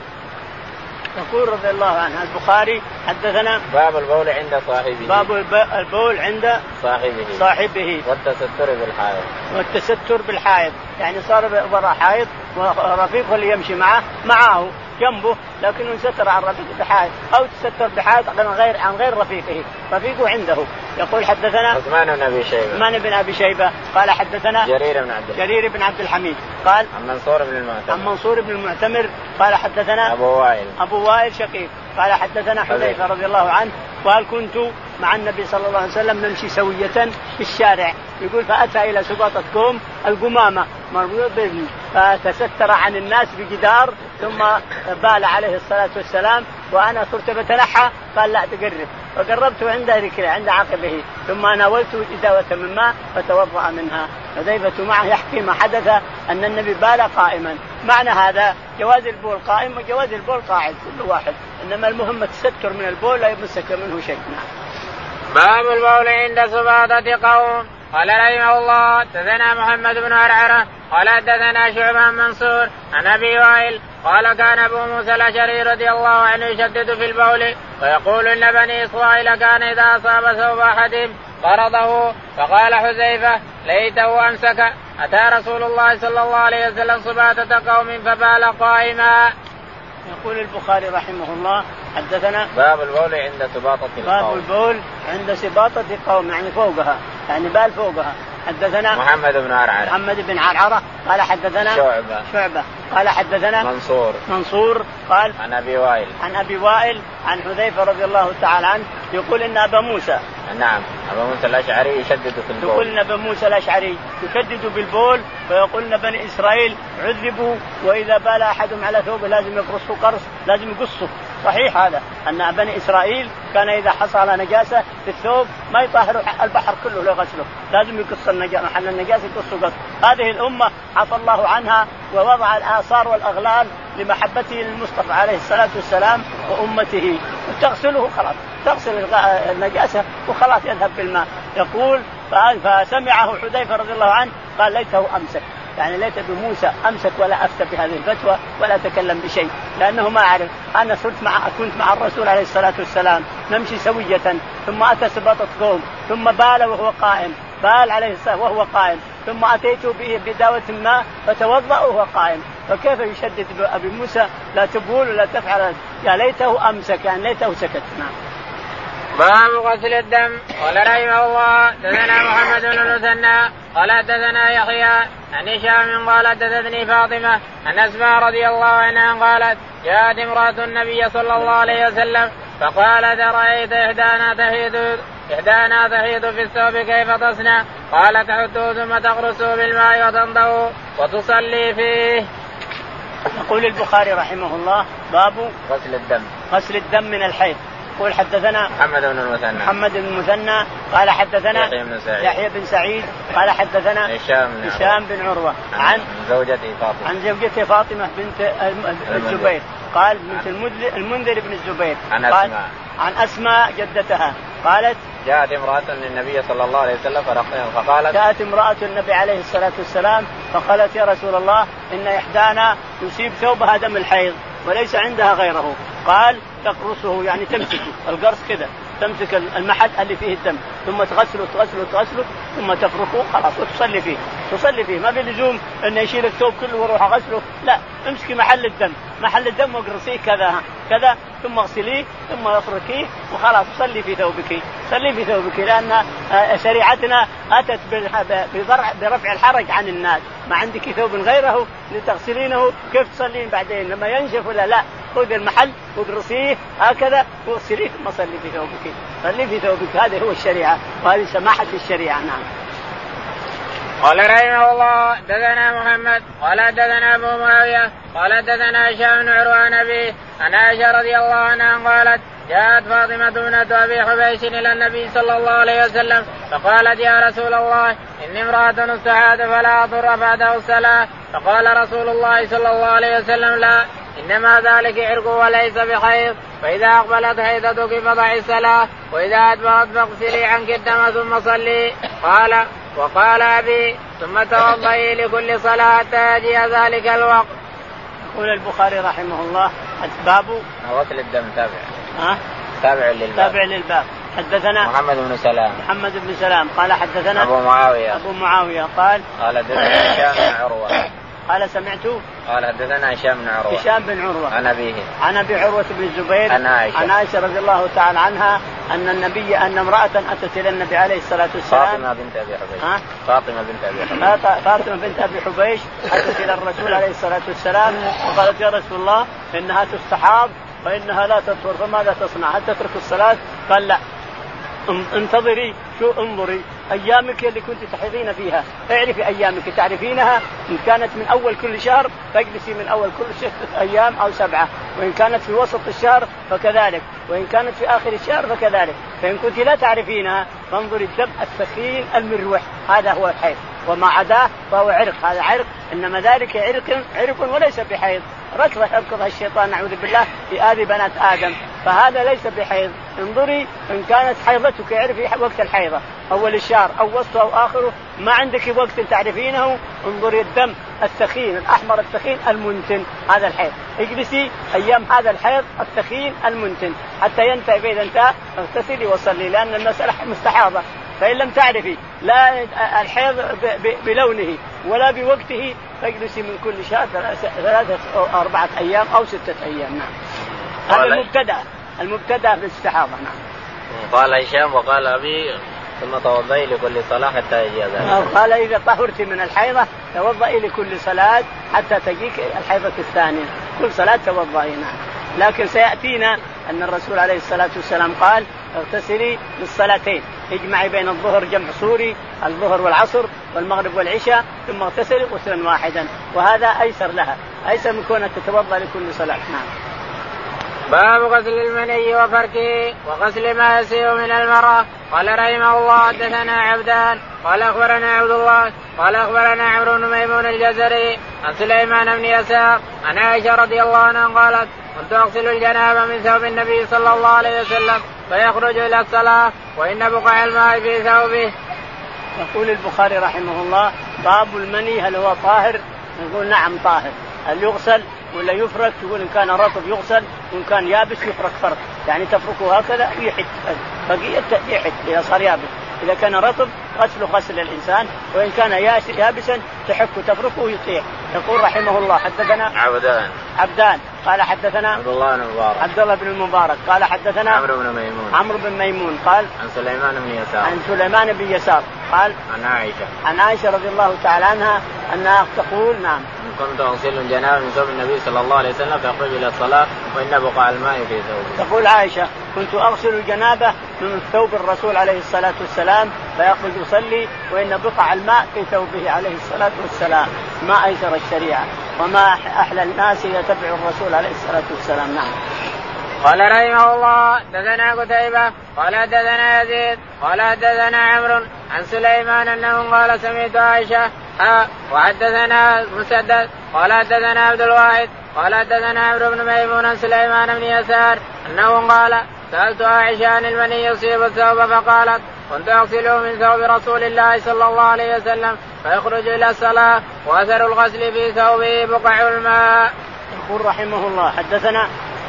يقول رضي الله عنه البخاري حدثنا باب البول عند صاحبه، باب البول عند صاحبه والتستر بالحائط، يعني صار وراء حائط ورفيقه اللي يمشي معه جنبه لكنه ستر عن رفيقه بحائط أو تستر بحائط عن غير رفيقه عنده. يقول حدثنا عثمان بن أبي شيبة قال حدثنا جرير بن عبد الحميد قال عن منصور بن المعتمر قال حدثنا أبو وائل شقيق قال حدثنا حذيفة رضي الله عنه قال كنت مع النبي صلى الله عليه وسلم نمشي سوية في الشارع، يقول فأتى إلى سباطة قوم القمامة مربوط به فتستر عن الناس بجدار ثم بال عليه الصلاة والسلام وأنا صرت بتنحى قال لا تقرب، فقربت عند ركله عند عقبه ثم ناولته إداوة من ماء فتوضأ منها. حذيفة معه يحكي ما حدث أن النبي بال قائما. معنى هذا جواز البول قائم وجواز البول قاعد كل واحد، إنما المهم تستر من البول لا يمسك منه شيء. باب البول عند سباطة قوم. قال رحمه الله دثنا محمد بن عرعرة قال حدثنا شعبة عن منصور عن أبي وائل قال كان أبو موسى الأشعري رضي الله عنه يشدد في البول ويقول إن بني إسرائيل كان إذا أصاب ثوب أحدهم قرضه. فقال حذيفة ليته أمسك. أتى رسول الله صلى الله عليه وسلم صباتة قوم فبال قائما. يقول البخاري رحمه الله حدثنا باب البول عند سباطة القوم. باب البول عند سباطة قوم يعني فوقها يعني بال فوقها. حدثنا محمد بن عرعرة قال حدثنا شعبة قال حدثنا منصور قال عن أبي وائل عن حذيفة رضي الله تعالى عنه يقول إن أبا موسى أبا موسى الأشعري يشدد في البول. يقول إن أبا موسى الأشعري يشدد بالبول فيقول إن بني إسرائيل عذبوا وإذا بال أحدهم على ثوبه لازم يقرصه قرص لازم يقصه. صحيح هذا أن بني إسرائيل كان إذا حصل نجاسة في الثوب ما يطهر البحر كله لغسله لازم يقص محل النجاسة يقصه قص. هذه الأمة عفى الله عنها ووضع الآثار والأغلال لمحبته للمصطفى عليه الصلاة والسلام وأمته وتغسله خلاص تغسل النجاسة وخلاص يذهب بالماء. يقول فسمعه حذيفة رضي الله عنه قال ليته أمسك يعني ليت بموسى أمسك ولا أفتى بهذه الفتوى ولا تكلم بشيء لأنه ما أعرف. أنا كنت مع الرسول عليه الصلاة والسلام نمشي سوية ثم أتى سباطة قوم ثم بال وهو قائم بال عليه الصلاة وهو قائم ثم أتيته به بداوة ماء فتوضأ وهو قائم. فكيف يشدد أبي موسى لا تقول ولا تفعل يا ليته أمسك يعني ليته سكت. باب غسل الدم. قال رحمه الله دثنا محمد بن المثنى قال دثنا يحيى عن هشام قال دثتني فاطمة عن أسماء رضي الله عنها قالت جاءت امرأة النبي صلى الله عليه وسلم فقالت رأيت إحدانا تحيض في الثوب كيف تصنع؟ قال تحته ثم تغرسه بالماء وتنضه وتصلي فيه. يقول البخاري رحمه الله باب غسل الدم من الحيض. يقول حدثنا محمد بن المثنى قال حدثنا يحيى بن سعيد قال حدثنا هشام بن عروة عن زوجته فاطمة بنت الزبير قال بنت المنذر بن الزبير عن أسماء جدتها قالت جاءت امرأة للنبي صلى الله عليه وسلم فقالت جاءت امرأة النبي عليه الصلاة والسلام فقالت يا رسول الله إن إحدانا يصيب ثوبها دم الحيض وليس عندها غيره. قال تقرصه يعني تمسك القرص كذا تمسك المحل اللي فيه الدم ثم تغسله ثم تفركه خلاص وتصلي فيه ما في لزوم أن يشيل الثوب كله وروح غسله لا امسكي محل الدم واقرصيه كذا ثم اغسليه ثم افركيه وخلاص صلي في ثوبك لأن شريعتنا أتت برفع الحرج عن الناس. ما عندك ثوب غيره لتغسلينه كيف تصلين بعدين لما ينشف ولا لا خذ المحل واقرصيه هكذا واغسليه ثم صلي في ثوبك هذه هو الشريعة وهذه سماحة الشريعة. نعم. قال رحمه الله دثنا محمد قال دثنا أبو معاوية قال دثنا هشام بن عروة نبي عن عائشة رضي الله عنها قالت جاءت فاطمة بنت أبي حبيش إلى النبي صلى الله عليه وسلم فقالت يا رسول الله إني امرأة استحاذ فلا أضر بعده الصلاة. فقال رسول الله صلى الله عليه وسلم لا إنما ذلك عرق وليس بحيض فإذا أقبلت حيضتك فضعي الصلاة وإذا أدبرت فاغسلي عنك الدم ثم صلي. وقال أبي ثم توضئي لكل صلاة تأتي ذلك الوقت. يقول البخاري رحمه الله باب غسل الدم تابع للباب. حدثنا محمد بن سلام قال حدثنا أبو معاوية قال حدثنا هشام بن عروة قال حدثنا هشام بن عروة عن أبي عروة بن الزبير عن عائشة رضي الله تعالى عنها أن امرأة أتت إلى النبي عليه الصلاة والسلام فاطمة بنت أبي حبيش أتت إلى الرسول عليه الصلاة والسلام وقالت يا رسول الله إنها تستحاض وإنها لا تطهر فماذا تصنع؟ هل تترك الصلاة؟ قال لا انظري أيامك اللي كنت تحيضين فيها اعرفي أيامك تعرفينها إن كانت من أول كل شهر فاجلسي من أول كل 6 أيام أو 7، وإن كانت في وسط الشهر فكذلك، وإن كانت في آخر الشهر فكذلك. فإن كنت لا تعرفينها فانظري الدم الثخين المروح هذا هو الحيض، وما عداه فهو عرق، هذا عرق، إنما ذلك عرق وليس بحيض. ركضها الشيطان نعوذ بالله في آذي بنات آدم، فهذا ليس بحيض. انظري إن كانت حيضتك اعرفي وقت الحيضة أول الشهر أو وسطه أو آخره، ما عندك وقت تعرفينه، انظري الدم الثخين الأحمر الثخين المنتن هذا الحيض، اجلسي أيام هذا الحيض الثخين المنتن حتى ينتهي. فإذا انتهى اغتسلي وصلي، لأن المسألة مستحاضة فإن لم تعرفي لا الحيض بلونه ولا بوقته فاجلسي من كل شهر 3 أو 4 أيام أو 6 أيام. نعم. هذا المبتدأ في الاستحاضة. نعم. قال هشام وقال أبي ثم توضئي لكل صلاة حتى يجي ذلك. قال إذا طهرت من الحيضة توضئي لكل صلاة حتى تجيك الحيضة الثانية، كل صلاة توضئي. نعم. لكن سيأتينا أن الرسول عليه الصلاة والسلام قال اغتسلي للصلاتين، اجمعي بين الظهر جمع صوري الظهر والعصر والمغرب والعشاء ثم اغتسلي غسلا واحدا، وهذا أيسر لها، أيسر من كونها تتوضأ لكل صلاة. نعم. باب غسل المني وفركه وغسل ما يسير من المرأة. قال رحمه الله حدثنا عبدان قال أخبرنا عبد الله قال أخبرنا عمرو بن ميمون الجزري عن سليمان بن يسار عن عائشة رضي الله عنها قالت كنت أغسل الجنابة من ثوب النبي صلى الله عليه وسلم فيخرج إلى الصلاة وإن بقع الماء في ثوبه. يقول البخاري رحمه الله باب المني هل هو طاهر؟ نقول نعم طاهر. هل يغسل ولا يفرك؟ تقول إن كان رطب يغسل وإن كان يابس يفرك فرك، يعني تفركه هكذا ويحت بقية يحت إذا صار يابس. إذا كان رطب غسل الإنسان، وإن كان يابسا تحك تفركه ويطيح. يقول رحمه الله حدثنا عبدان قال حدثنا عبد الله بن المبارك قال حدثنا عمرو بن ميمون قال عن سليمان بن يسار قال عن عائشة رضي الله تعالى عنها أنها تقول نعم كنت أغسل الجنابة من ثوب النبي صلى الله عليه وسلم فيخرج إلى الصلاة وإن بقع الماء في ثوبه. تقول عائشة كنت أغسل الجنابة من ثوب الرسول عليه الصلاة والسلام فيخرج يصلي وإن بقع الماء في ثوبه عليه الصلاة والسلام. ما أيسر الشريعة وما أحلى الناس يتبع الرسول عليه الصلاة والسلام. نعم. قال رحمه الله حدثنا قتيبة قال حدثنا يزيد قال حدثنا عمرو عن سليمان أنه قال سمعت عائشة وحدثنا مسدد قال حدثنا عبد الواحد قال حدثنا عمرو بن ميمون عن سليمان بن يسار أنه قال سألت عائشة عن المني يصيب الثوب فقالت كنت أغسله من ثوب رسول الله صلى الله عليه وسلم فيخرج إلى الصلاة وأثر الغسل في ثوبه بقع الماء. يقول رحمه الله حدثنا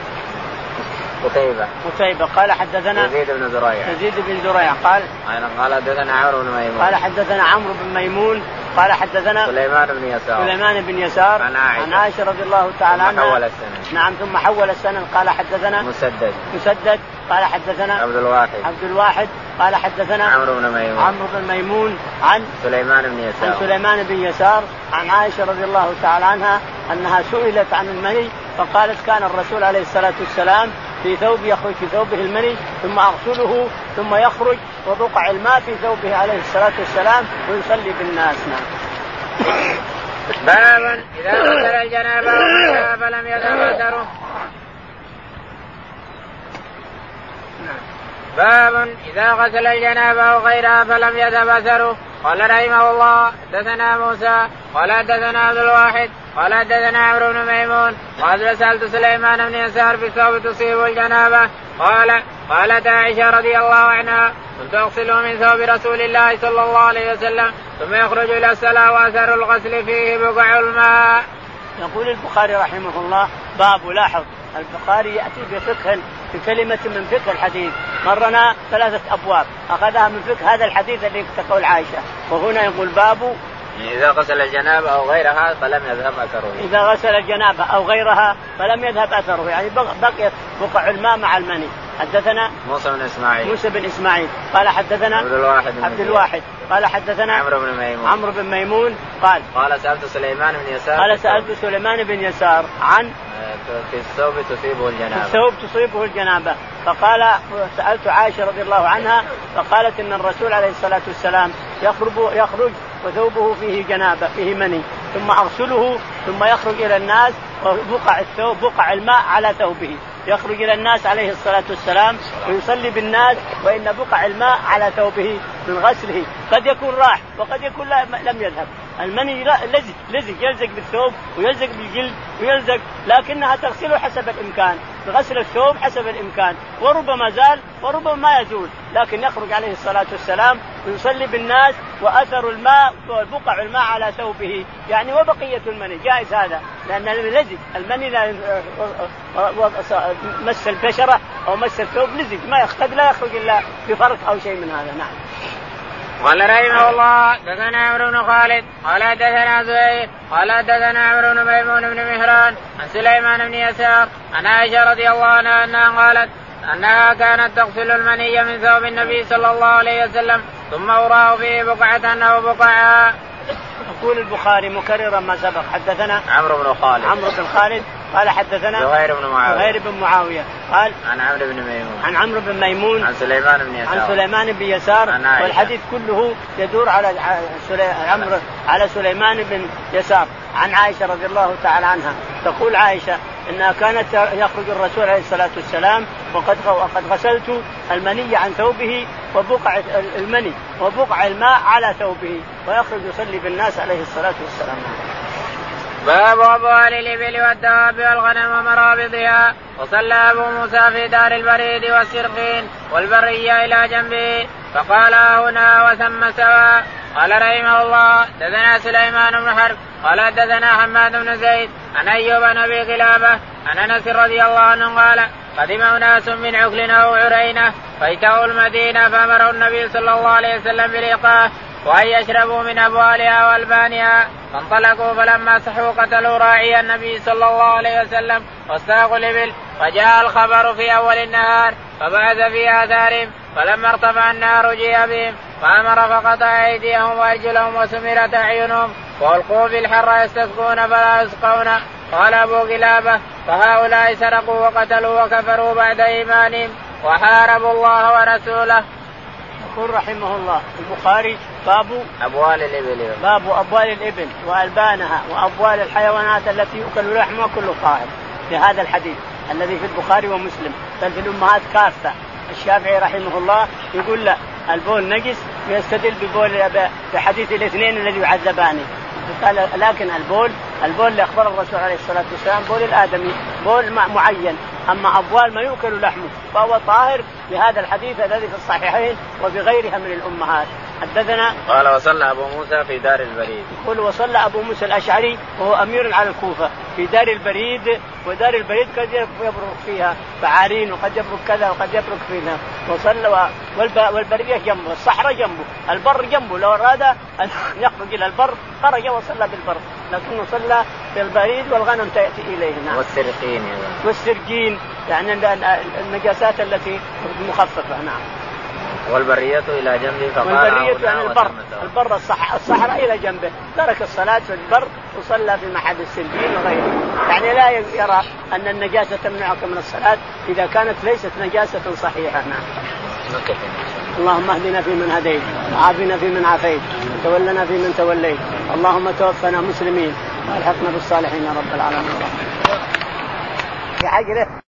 قتيبة قال حدثنا يزيد بن زريع قال حدثنا عمرو بن ميمون قال حدثنا عمرو بن ميمون قال حدثنا سليمان بن يسار عن عائشة رضي الله تعالى عنها. نعم. ثم حول السند قال حدثنا مسدد قال حدثنا عبد الواحد قال حدثنا عمرو بن ميمون عن سليمان بن يسار عن عائشة رضي الله تعالى عنها أنها سئلت عن المني فقالت كان الرسول عليه الصلاة والسلام في ثوب يخرج في ثوبه المني ثم أغسله ثم يخرج وبقع الماء في ثوبه عليه الصلاة والسلام ويصلي بالناس. باب إذا غسل الجنابة فلم يذهب أثره. باب إذا غسل الجنابة وغيرها فلم يذهب أثره. قال رحمه الله حدثنا موسى قال حدثنا عبد الواحد قال حدثنا عمرو بن ميمون قال سألت سليمان بن يسار في ثوب تصيب الجنابة قالت عائشة رضي الله عنها كنت أغسله من ثوب رسول الله صلى الله عليه وسلم ثم يخرج إلى الصلاة وأثر الغسل فيه بقع الماء. يقول البخاري رحمه الله باب. لاحظ البخاري يأتي بفقه في كلمة من فقه الحديث. مرنا 3 أبواب أخذها من فقه هذا الحديث الذي تقول عائشة، وهنا يقول باب إذا غسل الجنابة أو غيرها فلم يذهب أثره. إذا غسل الجنابة أو غيرها فلم يذهب أثره، يعني بقيت بقع الماء مع المني. حدثنا موسى بن إسماعيل قال حدثنا عبد الواحد قال حدثنا عمرو بن ميمون قال سألت سليمان بن يسار عن في الثوب تصيبه الجنابة فقال سألت عائشة رضي الله عنها فقالت إن الرسول عليه الصلاة والسلام يخرج وثوبه فيه جنابة فيه مني ثم أغسله ثم يخرج إلى الناس وبقع الماء على ثوبه، يخرج إلى الناس عليه الصلاة والسلام ويصلي بالناس وإن بقع الماء على ثوبه من غسله. قد يكون راح وقد يكون لم يذهب. المني لزق يلزق بالثوب ويلزق بالجلد ويلزق، لكنها تغسله حسب الإمكان، غسل الثوب حسب الإمكان، وربما زال وربما ما يزول، لكن يخرج عليه الصلاة والسلام ويصلي بالناس وأثر الماء وبقع الماء على ثوبه، يعني وبقية المني جائز هذا، لأن لزق المني لا مس البشرة أو مس الثوب لزق ما لا يخرج إلا بفرق أو شيء من هذا. نعم. قال رحمه الله دثنا عمرو بن خالد قال دثنا زهير قال دثنا عمرو بن ميمون بن مهران عن سليمان بن يسار عن عائشة رضي الله عنها أنها قالت أنها كانت تغسل المني من ثوب النبي صلى الله عليه وسلم ثم أراه فيه بقعة أو بقعة. يقول البخاري مكررا ما سبق حدثنا عمرو بن خالد قال حدثنا زهير بن معاوية قال عن عمرو بن ميمون عن سليمان بن يسار والحديث كله يدور على سليمان بن يسار عن عائشة رضي الله تعالى عنها. تقول عائشة إنها كانت يخرج الرسول عليه الصلاة والسلام وقد غسلت المني عن ثوبه وبقع المني وبقع الماء على ثوبه ويخرج يصلي بالناس عليه الصلاة والسلام. باب أبوال الإبل والدواب والغنم ومرابضها. وصلى أبو موسى في دار البريد والسرقين والبرية إلى جنبه فقال هنا وثم سواء. قال رحمه الله دثنا سليمان بن حرب قال دثنا حماد بن زيد عن أيوب بن أبي قلابة عن أنس رضي الله عنه قال قدم أناس من عكل أو عرينة فأتوا المدينة فأمره النبي صلى الله عليه وسلم بلقاه وأن يشربوا من أبوالها وألبانها فانطلقوا فلما صحوا قتلوا راعي النبي صلى الله عليه وسلم واستاقوا الإبل فجاء الخبر في أول النهار فبعث في آثارهم فلما ارتفع النار جيء بهم فأمر فقطع أيديهم وأرجلهم وسمرت أعينهم وألقوا في الحر يستسقون فلا يسقون. قال أبو قلابة فهؤلاء سرقوا وقتلوا وكفروا بعد إيمانهم وحاربوا الله ورسوله. يقول رحمه الله البخاري باب أبوال الإبل وألبانها وأبوال الحيوانات التي يؤكل لحمها كله طاهر. في هذا الحديث الذي في البخاري ومسلم بل في الأمهات كافة. الشافعي رحمه الله يقول لا البول نجس ويستدل بحديث الاثنين الذي يعذبان. لكن البول اللي أخبر الرسول عليه الصلاة والسلام بول الآدمي بول معين. أما أبوال ما يؤكل لحمه فهو طاهر بهذا الحديث الذي في الصحيحين وفي غيرها من الأمهات. حدثنا قال وصلى أبو موسى في دار البريد. يقول وصلى أبو موسى الأشعري وهو أمير على الكوفة في دار البريد ودار البريد قد يبرك فيها بعارين وقد يبرك كذا وقد يبرك فيها. وصلى والبرية جنبه الصحراء جنبه البر جنبه لو أراد أن يخرج إلى البر خرج وصلى بالبر لكنه صلى في البريد والغنم تأتي إليه. والسرقين يعني النجاسات التي مخففة. نعم. والبرية إلى جنبه والبرية يعني البر الصحراء إلى جنبه ترك الصلاة في البر وصلى في محل السرقين وغيره. يعني لا يرى أن النجاسة تمنعك من الصلاة إذا كانت ليست نجاسة صحيحة. نعم. اللهم اهدنا فيمن هديت وعافنا فيمن عافيت وتولنا فيمن توليت اللهم توفنا مسلمين والحقنا بالصالحين يا رب العالمين.